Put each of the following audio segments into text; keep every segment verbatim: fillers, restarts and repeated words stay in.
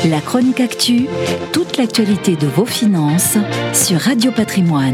La chronique actu, toute l'actualité de vos finances sur Radio Patrimoine.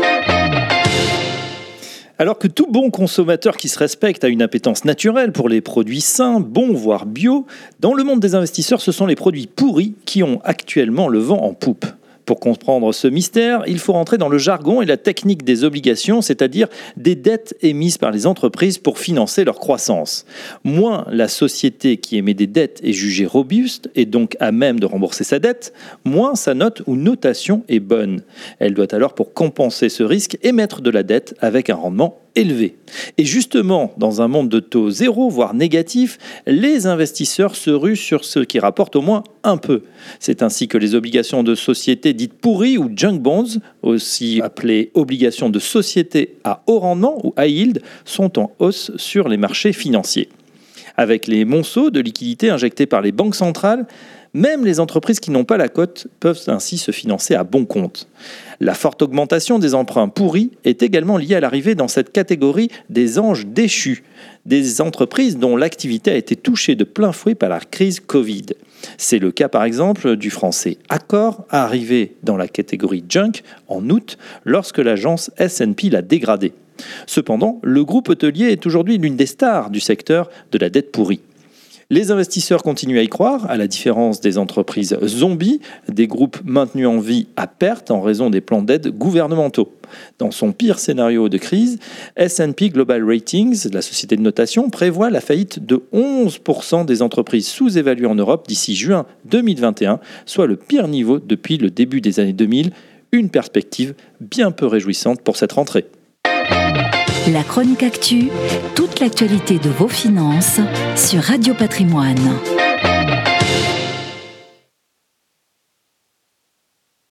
Alors que tout bon consommateur qui se respecte a une appétence naturelle pour les produits sains, bons, voire bio, dans le monde des investisseurs, ce sont les produits pourris qui ont actuellement le vent en poupe. Pour comprendre ce mystère, il faut rentrer dans le jargon et la technique des obligations, c'est-à-dire des dettes émises par les entreprises pour financer leur croissance. Moins la société qui émet des dettes est jugée robuste et donc à même de rembourser sa dette, moins sa note ou notation est bonne. Elle doit alors, pour compenser ce risque, émettre de la dette avec un rendement élevé. Et justement, dans un monde de taux zéro, voire négatif, les investisseurs se ruent sur ce qui rapporte au moins un peu. C'est ainsi que les obligations de société dites pourries ou junk bonds, aussi appelées obligations de société à haut rendement ou high yield, sont en hausse sur les marchés financiers. Avec les monceaux de liquidités injectés par les banques centrales, même les entreprises qui n'ont pas la cote peuvent ainsi se financer à bon compte. La forte augmentation des emprunts pourris est également liée à l'arrivée dans cette catégorie des anges déchus, des entreprises dont l'activité a été touchée de plein fouet par la crise Covid. C'est le cas par exemple du français Accor, arrivé dans la catégorie junk en août lorsque l'agence S and P l'a dégradé. Cependant, le groupe hôtelier est aujourd'hui l'une des stars du secteur de la dette pourrie. Les investisseurs continuent à y croire, à la différence des entreprises zombies, des groupes maintenus en vie à perte en raison des plans d'aide gouvernementaux. Dans son pire scénario de crise, S and P Global Ratings, la société de notation, prévoit la faillite de onze pour cent des entreprises sous-évaluées en Europe d'ici juin deux mille vingt et un, soit le pire niveau depuis le début des années deux mille, une perspective bien peu réjouissante pour cette rentrée. La chronique actu, toute l'actualité de vos finances sur Radio Patrimoine.